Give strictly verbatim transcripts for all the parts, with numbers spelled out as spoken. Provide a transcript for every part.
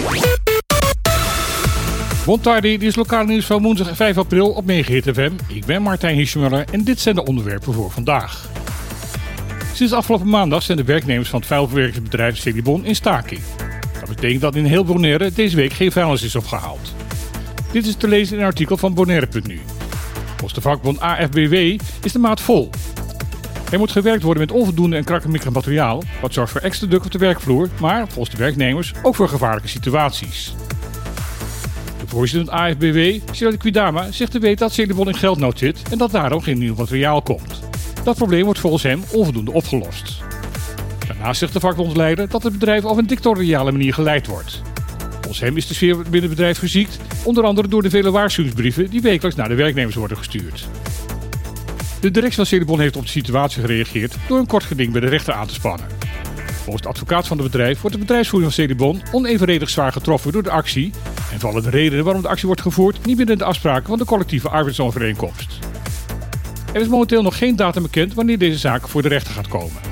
Bontardi, dit is lokaal nieuws van woensdag vijf april op Megahit F M. Ik ben Martijn Hirschmuller en dit zijn de onderwerpen voor vandaag. Sinds afgelopen maandag zijn de werknemers van het vuilverwerkingsbedrijf Celibon in staking. Dat betekent dat in heel Bonaire deze week geen vuilnis is opgehaald. Dit is te lezen in een artikel van Bonaire punt nu. Volgens de vakbond A F B W is de maat vol. Er moet gewerkt worden met onvoldoende en krakkemikkig materiaal, wat zorgt voor extra druk op de werkvloer, maar volgens de werknemers ook voor gevaarlijke situaties. De voorzitter van A F B W, Gerald Quidama, zegt te weten dat Celibon in geldnood zit en dat daarom geen nieuw materiaal komt. Dat probleem wordt volgens hem onvoldoende opgelost. Daarnaast zegt de vakbondsleider dat het bedrijf op een dictatoriale manier geleid wordt. Volgens hem is de sfeer binnen het bedrijf verziekt, onder andere door de vele waarschuwingsbrieven die wekelijks naar de werknemers worden gestuurd. De directie van Celibon heeft op de situatie gereageerd door een kort geding bij de rechter aan te spannen. Volgens de advocaat van het bedrijf wordt de bedrijfsvoering van Celibon onevenredig zwaar getroffen door de actie en vallen de redenen waarom de actie wordt gevoerd niet binnen de afspraken van de collectieve arbeidsovereenkomst. Er is momenteel nog geen datum bekend wanneer deze zaak voor de rechter gaat komen.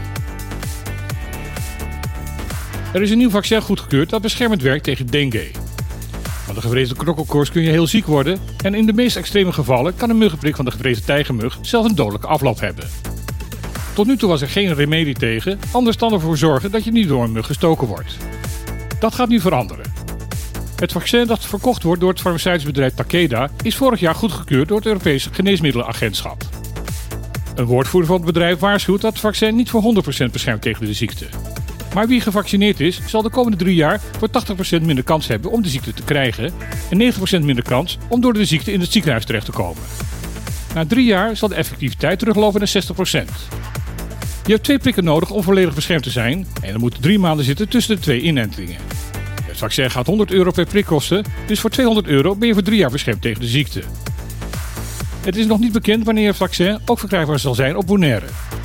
Er is een nieuw vaccin goedgekeurd dat beschermend werkt tegen dengue. Van de gevreesde knokkelkoorts kun je heel ziek worden en in de meest extreme gevallen kan een muggenprik van de gevreesde tijgermug zelfs een dodelijke afloop hebben. Tot nu toe was er geen remedie tegen, anders dan ervoor zorgen dat je niet door een mug gestoken wordt. Dat gaat nu veranderen. Het vaccin dat verkocht wordt door het farmaceutisch bedrijf Takeda is vorig jaar goedgekeurd door het Europese Geneesmiddelenagentschap. Een woordvoerder van het bedrijf waarschuwt dat het vaccin niet voor honderd procent beschermt tegen de ziekte. Maar wie gevaccineerd is, zal de komende drie jaar voor tachtig procent minder kans hebben om de ziekte te krijgen en negentig procent minder kans om door de ziekte in het ziekenhuis terecht te komen. Na drie jaar zal de effectiviteit teruglopen naar zestig procent. Je hebt twee prikken nodig om volledig beschermd te zijn en er moeten drie maanden zitten tussen de twee inentingen. Het vaccin gaat honderd euro per prik kosten, dus voor tweehonderd euro ben je voor drie jaar beschermd tegen de ziekte. Het is nog niet bekend wanneer het vaccin ook verkrijgbaar zal zijn op Bonaire.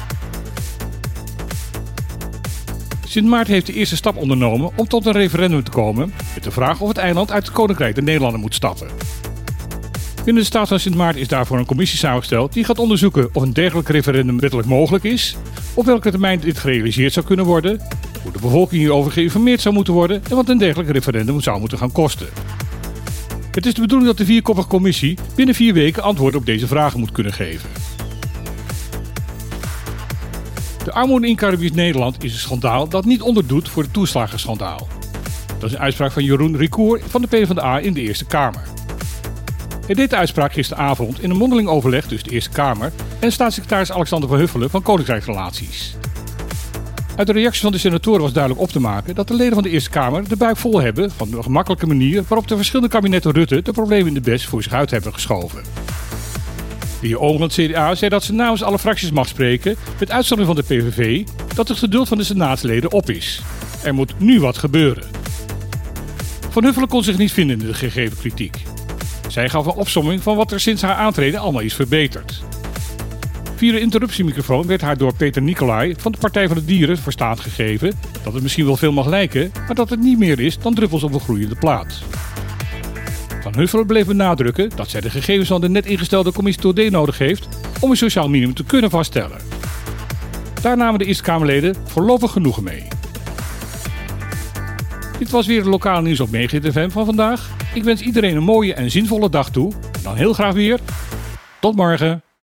Sint Maarten heeft de eerste stap ondernomen om tot een referendum te komen met de vraag of het eiland uit het Koninkrijk der Nederlanden moet stappen. Binnen de staat van Sint Maarten is daarvoor een commissie samengesteld die gaat onderzoeken of een dergelijk referendum wettelijk mogelijk is, op welke termijn dit gerealiseerd zou kunnen worden, hoe de bevolking hierover geïnformeerd zou moeten worden en wat een dergelijk referendum zou moeten gaan kosten. Het is de bedoeling dat de vierkoppige commissie binnen vier weken antwoorden op deze vragen moet kunnen geven. De armoede in Caribisch Nederland is een schandaal dat niet onderdoet voor het toeslagenschandaal. Dat is een uitspraak van Jeroen Recour van de PvdA in de Eerste Kamer. Hij deed de uitspraak gisteravond in een mondeling overleg tussen de Eerste Kamer en staatssecretaris Alexander van Huffelen van Koninkrijksrelaties. Uit de reacties van de senatoren was duidelijk op te maken dat de leden van de Eerste Kamer de buik vol hebben van de gemakkelijke manier waarop de verschillende kabinetten Rutte de problemen in de bes voor zich uit hebben geschoven. De heer Oom van het C D A zei dat ze namens alle fracties mag spreken, met uitzondering van de P V V, dat het geduld van de senaatsleden op is. Er moet nu wat gebeuren. Van Huffelen kon zich niet vinden in de gegeven kritiek. Zij gaf een opsomming van wat er sinds haar aantreden allemaal is verbeterd. Via de interruptiemicrofoon werd haar door Peter Nicolai van de Partij van de Dieren verstaan gegeven dat het misschien wel veel mag lijken, maar dat het niet meer is dan druppels op een gloeiende plaat. Van Huffelen bleef benadrukken dat zij de gegevens van de net ingestelde commissie Todé nodig heeft om een sociaal minimum te kunnen vaststellen. Daar namen de Eerste Kamerleden voorlopig genoegen mee. Dit was weer het lokale nieuws op Megahit F M van vandaag. Ik wens iedereen een mooie en zinvolle dag toe. En dan heel graag weer. Tot morgen.